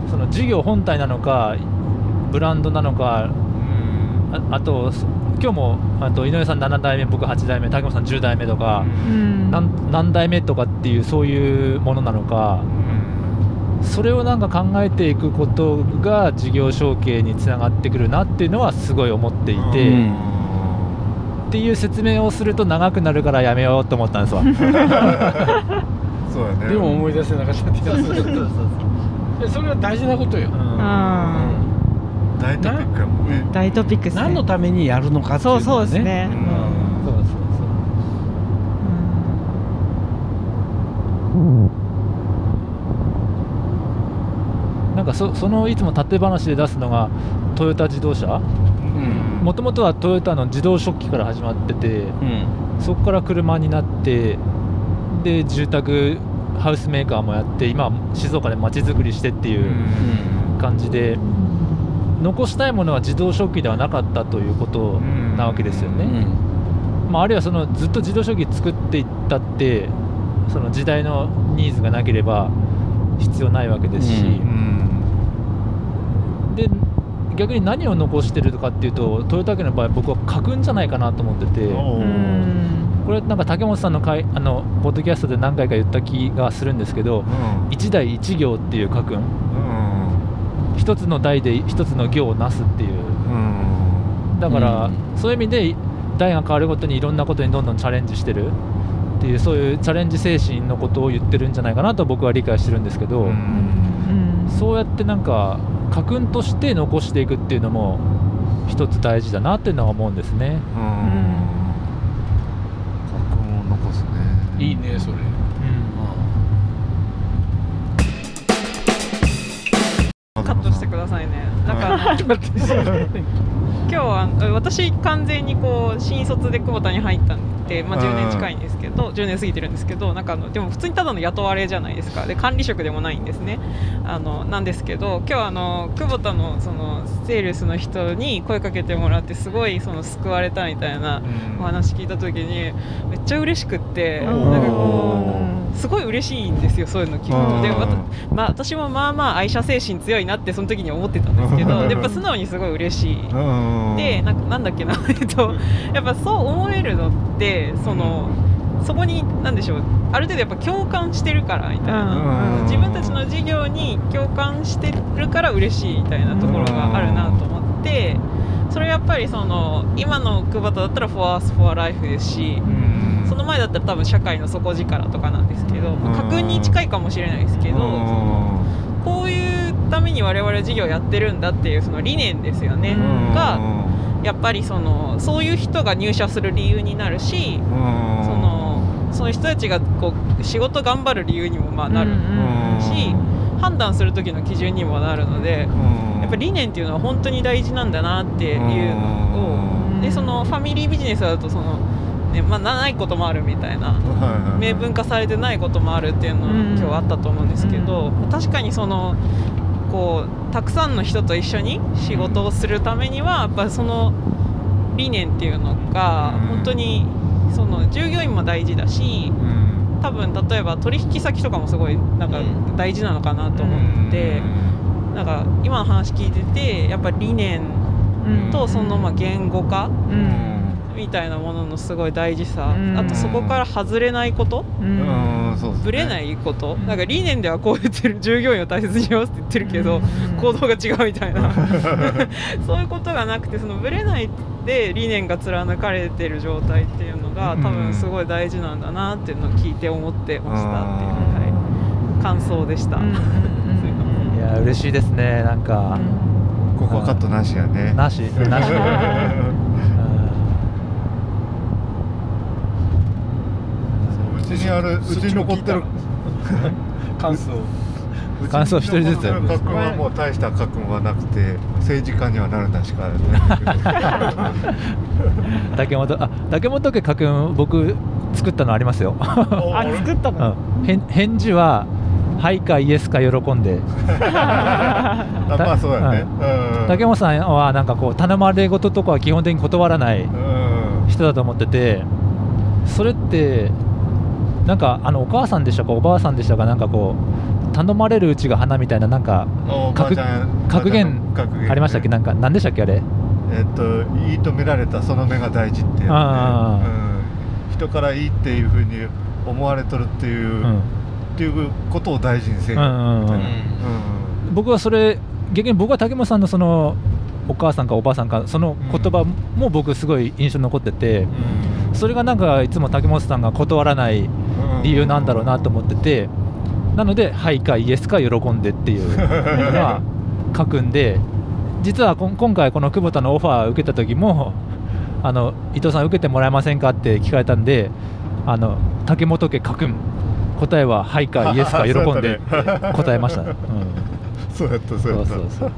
その事業本体なのかブランドなのか、うん、あ, あと今日もあと井上さんななだいめ僕はちだいめ竹本さんじゅうだいめとか、うん、何, 何代目とかっていうそういうものなのか、うん、それをなんか考えていくことが事業承継につながってくるなっていうのはすごい思っていて、うん、っていう説明をすると長くなるからやめようと思ったんですわそうやね、 でも思い出せなかったってやつそれは大事なことよ、うん、 大トピックやもんね。 大トピックですね。 何のためにやるのかっていうのはね。 そうそうですね、うん、そうそうそう、 うん、なんか そ, そのいつも立て話で出すのがトヨタ自動車、もともとはトヨタの自動食器から始まってて、うん、そこから車になってで住宅ハウスメーカーもやって今静岡で街づくりしてっていう感じで、残したいものは自動食器ではなかったということなわけですよね、うん、まあ、あるいはそのずっと自動食器作っていったってその時代のニーズがなければ必要ないわけですし、うん、で逆に何を残してるかっていうとトヨタ家の場合僕は家訓じゃないかなと思ってて、うん、これなんか竹本さんの会あのポッドキャストで何回か言った気がするんですけど、うん、一代一行っていう家訓、うん、一つの代で一つの行をなすっていう、うん、だから、うん、そういう意味で代が変わるごとにいろんなことにどんどんチャレンジしてるっていうそういうチャレンジ精神のことを言ってるんじゃないかなと僕は理解してるんですけど、うん、そうやってなんか家訓として残していくっていうのも一つ大事だなっていうのは思うんですね、うん、 家訓を残すね、 いいねそれ、うん 、カットしてくださいね。だから、はい、今日は私完全にこう新卒で久保田に入ったんで、まあ、じゅうねん近いんですけどじゅうねん過ぎてるんですけど、なんかあのでも普通にただの雇われじゃないですか。で管理職でもないんですね。あのなんですけど今日あの久保田のそのセールスの人に声かけてもらってすごいその救われたみたいなお話聞いた時にめっちゃ嬉しくって、なんかこうすごい嬉しいんですよ、そういうの聞くと。で、まあ、私もまあまあ愛社精神強いなってその時に思ってたんですけどやっぱ素直にすごい嬉しいで、なんかなんだっけなえっとやっぱそう思えるのってそのそこに何でしょう、ある程度やっぱ共感してるからみたいな、自分たちの事業に共感してるから嬉しいみたいなところがあるなと思って、それやっぱりその今の久保田だったらフォアスフォアライフですし、その前だったら多分社会の底力とかなんですけど、まあ、家訓に近いかもしれないですけど、そのこういうために我々事業やってるんだっていうその理念ですよねがやっぱりそのそういう人が入社する理由になるし、そのそういう人たちがこう仕事頑張る理由にもまあなるし、判断する時の基準にもなるので、やっぱ理念っていうのは本当に大事なんだなっていうのを、でそのファミリービジネスだとそのね、まあ、ないこともあるみたいな、明文化されてないこともあるっていうのは今日あったと思うんですけど、確かにそのこうたくさんの人と一緒に仕事をするためにはやっぱその理念っていうのが本当にその従業員も大事だし、多分例えば取引先とかもすごいなんか大事なのかなと思って、なんか今の話聞いててやっぱ理念とそのまあ言語化みたいなもののすごい大事さ、あとそこから外れないこと、ぶれないこと、なんか理念ではこう言ってる、従業員を大切にしますって言ってるけど行動が違うみたいなそういうことがなくて、そのぶれないで理念が貫かれてる状態っていうのが多分すごい大事なんだなっていうのを聞いて思ってましたっていう、はい、感想でした。いや嬉しいですね。なんかここはカットなしやね。 なしなしうちにある、うちに残ってる感想感想一人ずつ。 家訓はもう大した家訓はなくて、政治家にはなるなしかない竹本、あ、竹本家家訓僕作ったのありますよ。 あ、作ったの、 うん、返, 返事ははいかイエスか喜んで。 まあそうだね、 うん、竹本さんはなんかこう頼まれ事とかは基本的に断らない人だと思ってて、それってなんかあのお母さんでしたかおばあさんでしたか、なんかこう頼まれるうちが花みたいな、なんか格言ありましたっけ、なんか何でしたっけあれ。 えっと言い止められたその目が大事っていう、ね、あ、うん、人からいいっていうふうに思われとるっていう、うん、っていうことを大事にせよみたいな。 僕はそれ逆に僕は竹本さんのそのお母さんかおばあさんかその言葉も僕すごい印象に残ってて、うん、それがなんかいつも竹本さんが断らない理由なんだろうなと思ってて、なのではいかイエスか喜んでっていうのは書くんで、実は今回この久保田のオファーを受けた時もあの伊藤さん受けてもらえませんかって聞かれたんで、あの竹本家家訓答えははいかイエスか喜んでって答えました、ね。うん、 そうやったそうやった。そうそうそう。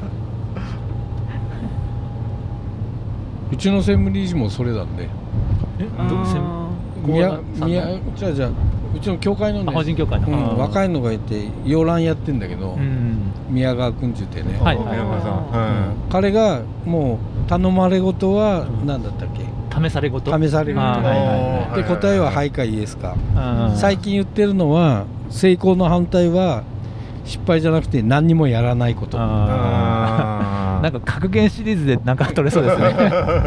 うちの専務理事もそれなんで。 え、ど宮宮じゃあじゃあうちの教会のね、 法人教会の、 うん、若いのがいて洋蘭やってんだけど、うん、宮川君って言ってね、 はいはいはいはい、彼がもう頼まれ事は何だったっけ、 試され事試され事、はいはい、で答えははいかイエスか。最近言ってるのは成功の反対は失敗じゃなくて何にもやらないこと。 あなんか格言シリーズでなんか取れそうですね。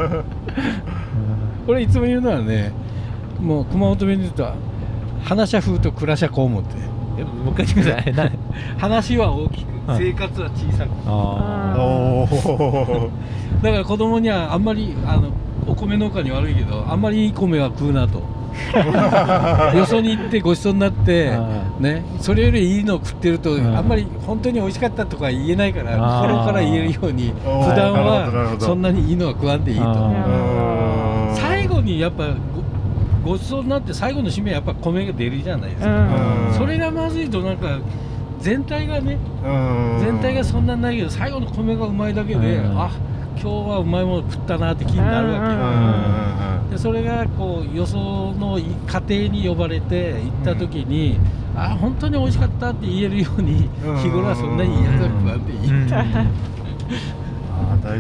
これいつも言うのはね、もう熊本弁で言うと話しゃ風と暮らしゃこう思って、 えもう一回言ってください。 話は大きく、生活は小さく。あだから子供にはあんまりあのお米農家に悪いけどあんまりいい米は食うなと。よそに行ってごちそうになってね、それよりいいのを食ってるとあんまり本当に美味しかったとか言えないから、心から言えるように普段はそんなにいいのは食わんでいいと。最後にやっぱごごちそうになって最後の締めはやっぱ米が出るじゃないですか。それがまずいとなんか全体がね、全体がそんなにないけど最後の米がうまいだけで、あ今日はうまいもの食ったなって気になるわけよ。でそれがこうよその家庭に呼ばれて行った時に、うん、あ本当に美味しかったって言えるように、日頃はそんなにいいやつは食わんでいいって、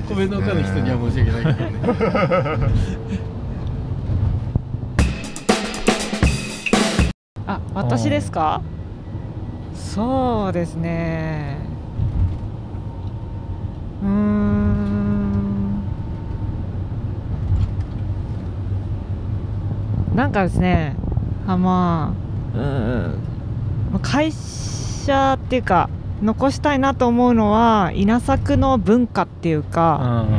米農家の人には申し訳ないけどね。 あ、私ですか。そうですね、うーんなんかですね、あまあ、うん、会社っていうか残したいなと思うのは稲作の文化っていうか、うん、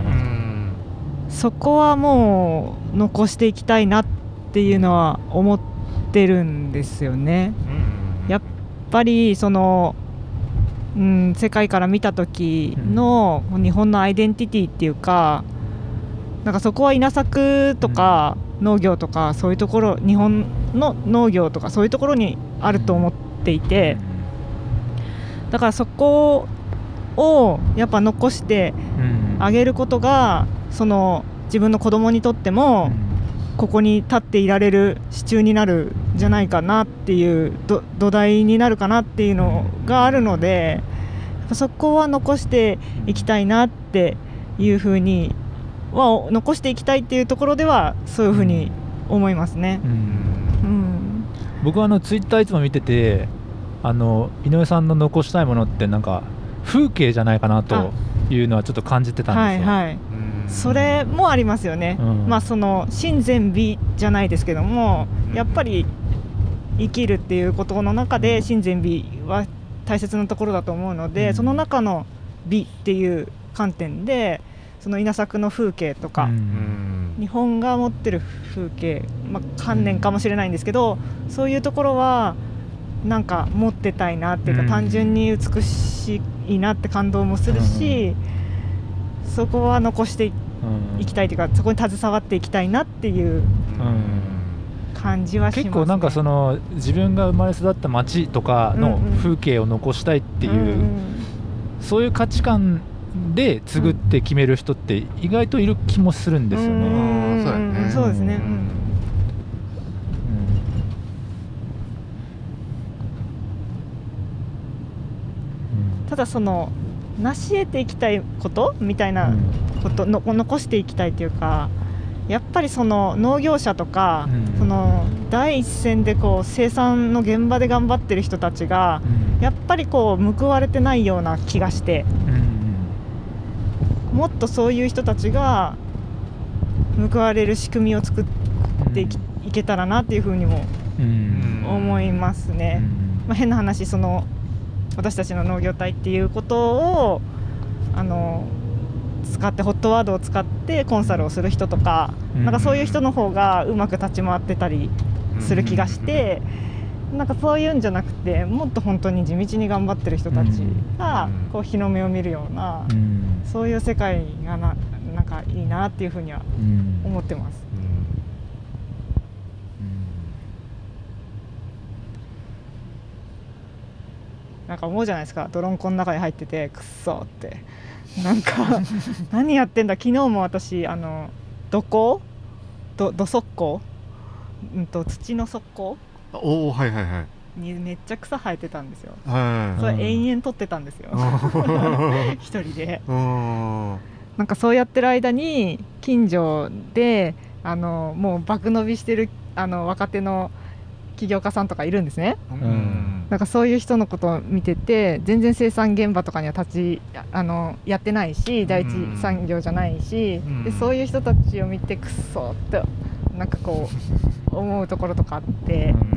そこはもう残していきたいなっていうのは思ってるんですよね。うん、やっぱりその、うん、世界から見た時の日本のアイデンティティっていうか、なんかそこは稲作とか、うん農業とかそういうところ、日本の農業とかそういうところにあると思っていて、だからそこをやっぱ残してあげることが、その自分の子供にとってもここに立っていられる支柱になるんじゃないかなっていう、ど土台になるかなっていうのがあるので、そこは残していきたいなっていうふうには残していきたいっていうところではそういうふうに思いますね。うんうん、 僕はあのツイッターいつも見てて、あの井上さんの残したいものってなんか風景じゃないかなというのはちょっと感じてたんですよ。 はいはい、それもありますよね。うん、まあその親善美じゃないですけども、やっぱり生きるっていうことの中で親善美は大切なところだと思うので、うん、その中の美っていう観点でその稲作の風景とか、うん、日本が持ってる風景、まあ、観念かもしれないんですけど、そういうところはなんか持ってたいなっていうか、うん、単純に美しいなって感動もするし、うん、そこは残していきたいというか、そこに携わっていきたいなっていう、うん、 感じはしますね。 結構なんかその自分が生まれ育った町とかの風景を残したいっていう、うんうん、そういう価値観で継ぐって決める人って意外といる気もするんですよね。 うんそうやね。そうですね。うん、ただその成し得ていきたいことみたいなことの残していきたいというか、やっぱりその農業者とか、うん、その第一線でこう生産の現場で頑張ってる人たちが、うん、やっぱりこう報われてないような気がして、うん、もっとそういう人たちが報われる仕組みを作ってい, き、うん、いけたらなっていうふうにも思いますね。まあ、変な話、その私たちの農業体っていうことをあの使ってホットワードを使ってコンサルをする人とか、うん、なんかそういう人の方がうまく立ち回ってたりする気がして、うん、なんかそういうんじゃなくて、もっと本当に地道に頑張ってる人たちがこう日の目を見るような、うん、そういう世界が な, なんかいいなっていうふうには思ってます。うんうん、なんか思うじゃないですか、泥んこの中に入っててくっそってなんか何やってんだ。昨日も私あの土耕ど土足耕、うんと土の側溝おおはいはいはいにめっちゃ草生えてたんですよ。 はい、 それ延々取ってたんですよ一人で。なんかそうやってる間に近所であのもう爆伸びしてるあの若手の起業家さんとかいるんですね。うんなんかそういう人のことを見てて、全然生産現場とかには立ちあのやってないし、第一産業じゃないし、うん、でそういう人たちを見てくっそってなんかこう思うところとかあって、うん、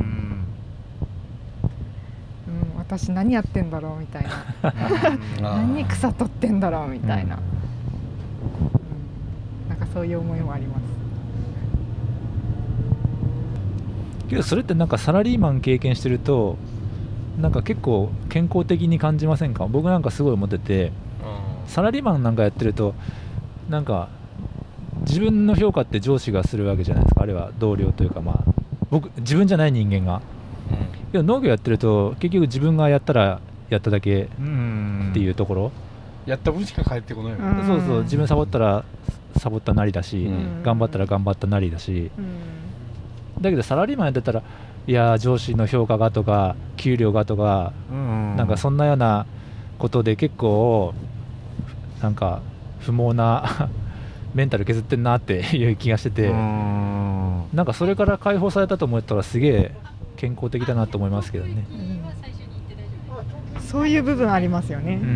うん、私何やってんだろうみたいな何草取ってんだろうみたいな、うん、なんかそういう思いもあります。 けどそれってなんかサラリーマン経験してるとなんか結構健康的に感じませんか？僕なんかすごい思ってて、サラリーマンなんかやってるとなんか自分の評価って上司がするわけじゃないですか。あるいは同僚というか、まあ僕自分じゃない人間が、うん、けど農業やってると結局自分がやったらやっただけっていうところ、 やった分しか返ってこないもんね。 そうそう、自分サボったらサボったなりだし、うん、頑張ったら頑張ったなりだし、うん、だけどサラリーマンやってたらいや上司の評価がとか給料がとか、うん、なんかそんなようなことで結構なんか不毛なメンタル削ってんなっていう気がしてて、うん、なんかそれから解放されたと思ったらすげえ健康的だなと思いますけどね、 うん、そういう部分ありますよね、うんうん、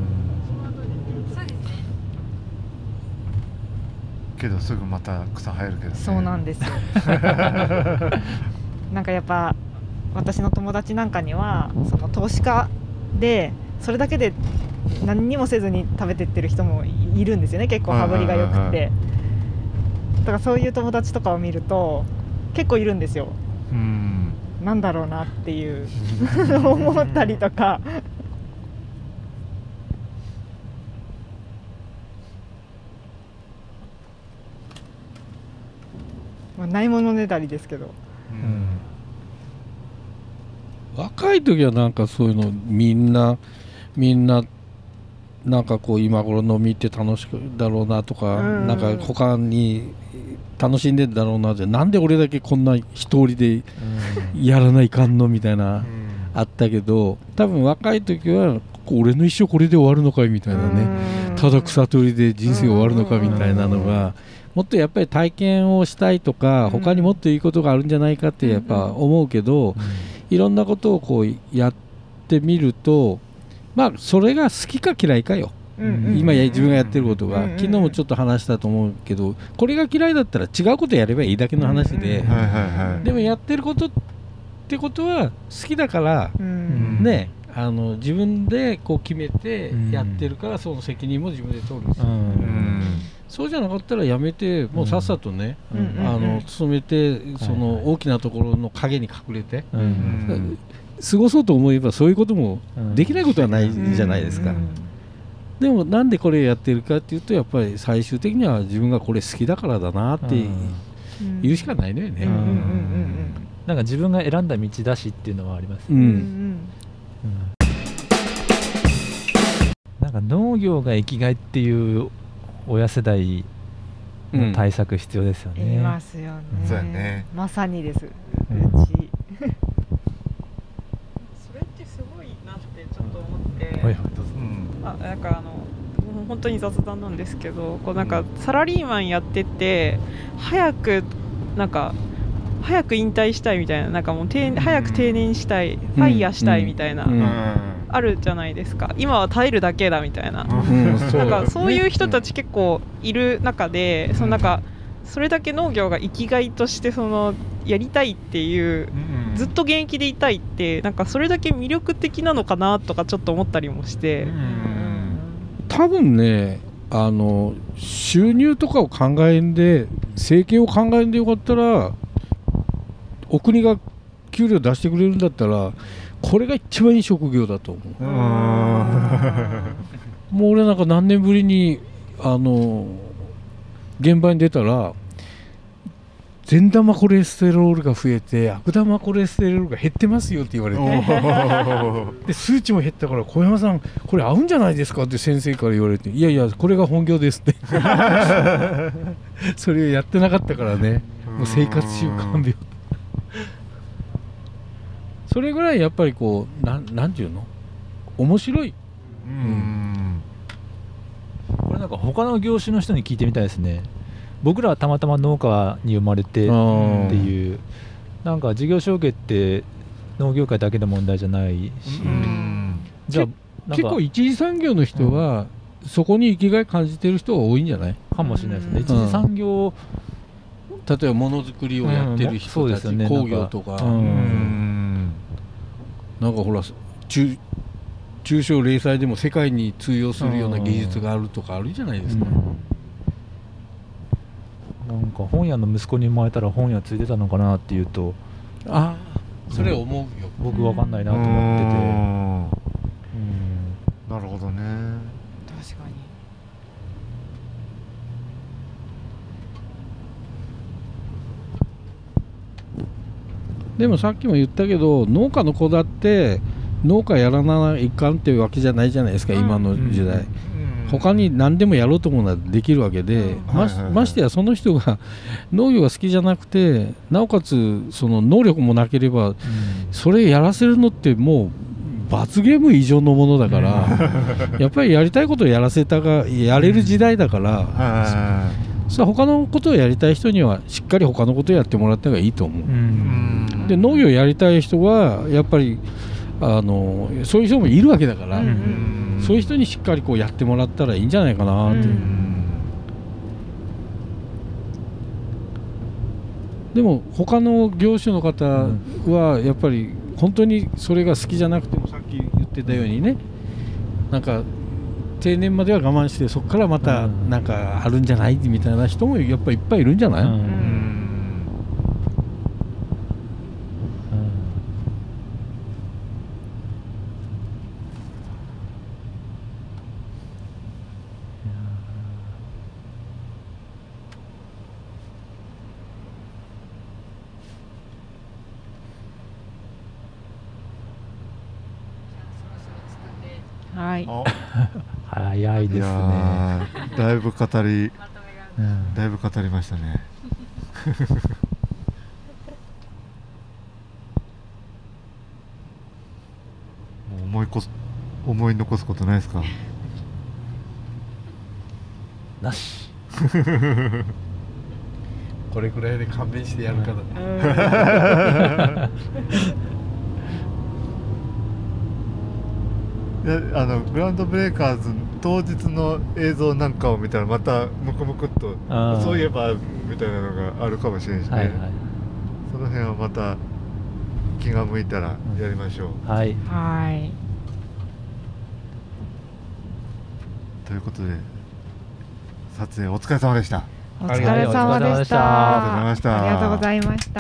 けどすぐまた草生えるけどね。 そうなんですよなんかやっぱ私の友達なんかにはその投資家でそれだけで何にもせずに食べてってる人もいるんですよね。結構羽振りが良くて、だからそういう友達とかを見ると結構いるんですよ。うん、なんだろうなっていう思ったりとかまあないものねだりですけど、 うん、若い時はなんかそういうのみんなみんななんかこう今頃飲みって楽しくだろうなとか、うん、なんか他に楽しんでんだろうなって、なんで俺だけこんな一人でやらないかんのみたいな、うん、あったけど、多分若い時は俺の一生これで終わるのかみたいなね、うん、ただ草取りで人生終わるのかみたいなのが、もっとやっぱり体験をしたいとか、他にもっといいことがあるんじゃないかってやっぱ思うけど、いろんなことをこうやってみると、まあそれが好きか嫌いかよ、今や自分がやってることが、昨日もちょっと話したと思うけど、これが嫌いだったら違うことやればいいだけの話で、でもやってることってことは好きだからね、あの自分でこう決めてやってるから、その責任も自分で取るし、そうじゃなかったらやめて、もうさっさとね、あの勤めて、その大きなところの陰に隠れて過ごそうと思えば、そういうこともできないことはないじゃないですか。でもなんでこれやってるかっていうと、やっぱり最終的には自分がこれ好きだからだなって言うしかないのよね。 なんか自分が選んだ道だしっていうのはありますね。 うんうんうんなんか農業が生きがいっていう親世代の対策必要ですよね。 いますよね。 そうやね。 まさにです。ううんち。 それってすごいなってちょっと思って、 はいはいどうぞ。 あなんかあのもう本当に雑談なんですけど、こうなんかサラリーマンやってて早くなんか早く引退したいみたいな、なんかもう定早く定年したい、ファイヤーしたいみたいな、 うんうんあるじゃないですか。今は耐えるだけだみたいな、 うんそうなんかそういう人たち結構いる中で、そのなんかそれだけ農業が生きがいとしてそのやりたいっていう、ずっと現役でいたいってなんかそれだけ魅力的なのかなとかちょっと思ったりもして、 多分ね、あの収入とかを考えんで生計を考えんでよかったら、お国が給料出してくれるんだったらこれが一番いい職業だと思う。もう俺なんか何年ぶりにあの現場に出たら、善玉コレステロールが増えて悪玉コレステロールが減ってますよって言われてで数値も減ったから、小山さんこれ合うんじゃないですかって先生から言われて、いやいやこれが本業ですってそれをやってなかったからね、もう生活習慣病それぐらいやっぱりこうなんなんていうの、面白い。 うん、 これなんか他の業種の人に聞いてみたいですね。僕らはたまたま農家に生まれてっていう、なんか事業承継って農業界だけの問題じゃないし、うん、じゃあ結構一次産業の人は、うん、そこに生きがい感じてる人が多いんじゃないかもしれないですね。一次産業、 例えばものづくりをやってる人たち、うんね、工業とか、うん、なんかほら中中小零細でも世界に通用するような技術があるとかあるじゃないですか。 うん、なんか本屋の息子に生まれたら本屋ついてたのかなっていうと、 ああそれ思うよ、 僕わかんないなと思ってて、 うん、なるほどね。 確かに。 でもさっきも言ったけど、農家の子だって農家やらないかんっていうわけじゃないじゃないですか、うん、今の時代、うん、他に何でもやろうと思うのはできるわけで、うん、ま, ましてやその人が農業が好きじゃなくて、なおかつその能力もなければ、うん、それやらせるのってもう罰ゲーム以上のものだから、うん、やっぱりやりたいことをやらせたがやれる時代だから、うん、さあ他のことをやりたい人にはしっかり他のことをやってもらった方がいいと思う、うん、で農業をやりたい人はやっぱりあのそういう人もいるわけだから、うん、そういう人にしっかりこうやってもらったらいいんじゃないかなって、うん、でも他の業種の方はやっぱり本当にそれが好きじゃなくても、さっき言ってたようにね、なんか定年までは我慢してそこからまたなんかあるんじゃないみたいな人もやっぱりいっぱいいるんじゃない、うんうんはい、 早いですね。 だいぶ語り、うん、だいぶ語りましたね。もう思いこす思い残すことないですか？ なし。 これくらいで勘弁してやるから。 あのグラウンドブレーカーズ当日の映像なんかを見たらまたムクムクっとそういえばみたいなのがあるかもしれないしね、はいはい、その辺はまた気が向いたらやりましょう、 うん、はいはいということで撮影お疲れ様でした。 お疲れ様でした。 ありがとうございました。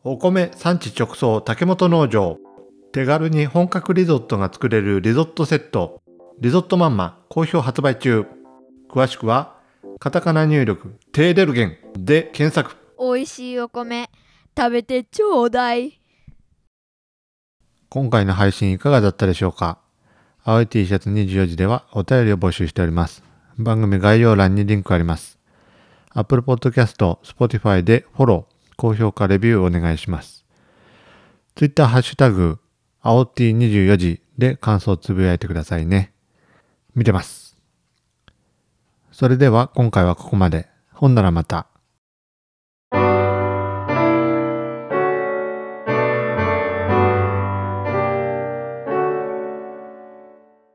お米産地直送竹本農場。手軽に本格リゾットが作れるリゾットセット。リゾットマンマ好評発売中。詳しくはカタカナ入力テーデルゲンで検索。 おいしいお米食べてちょうだい。 今回の配信いかがだったでしょうか。青い T シャツにじゅうよじではお便りを募集しております。番組概要欄にリンクあります。Apple Podcast、Spotify でフォロー、高評価レビューお願いします。Twitter ハッシュタグ青 ティーにじゅうよじで感想をつぶやいてくださいね。見てます。それでは今回はここまで。ほんならまた。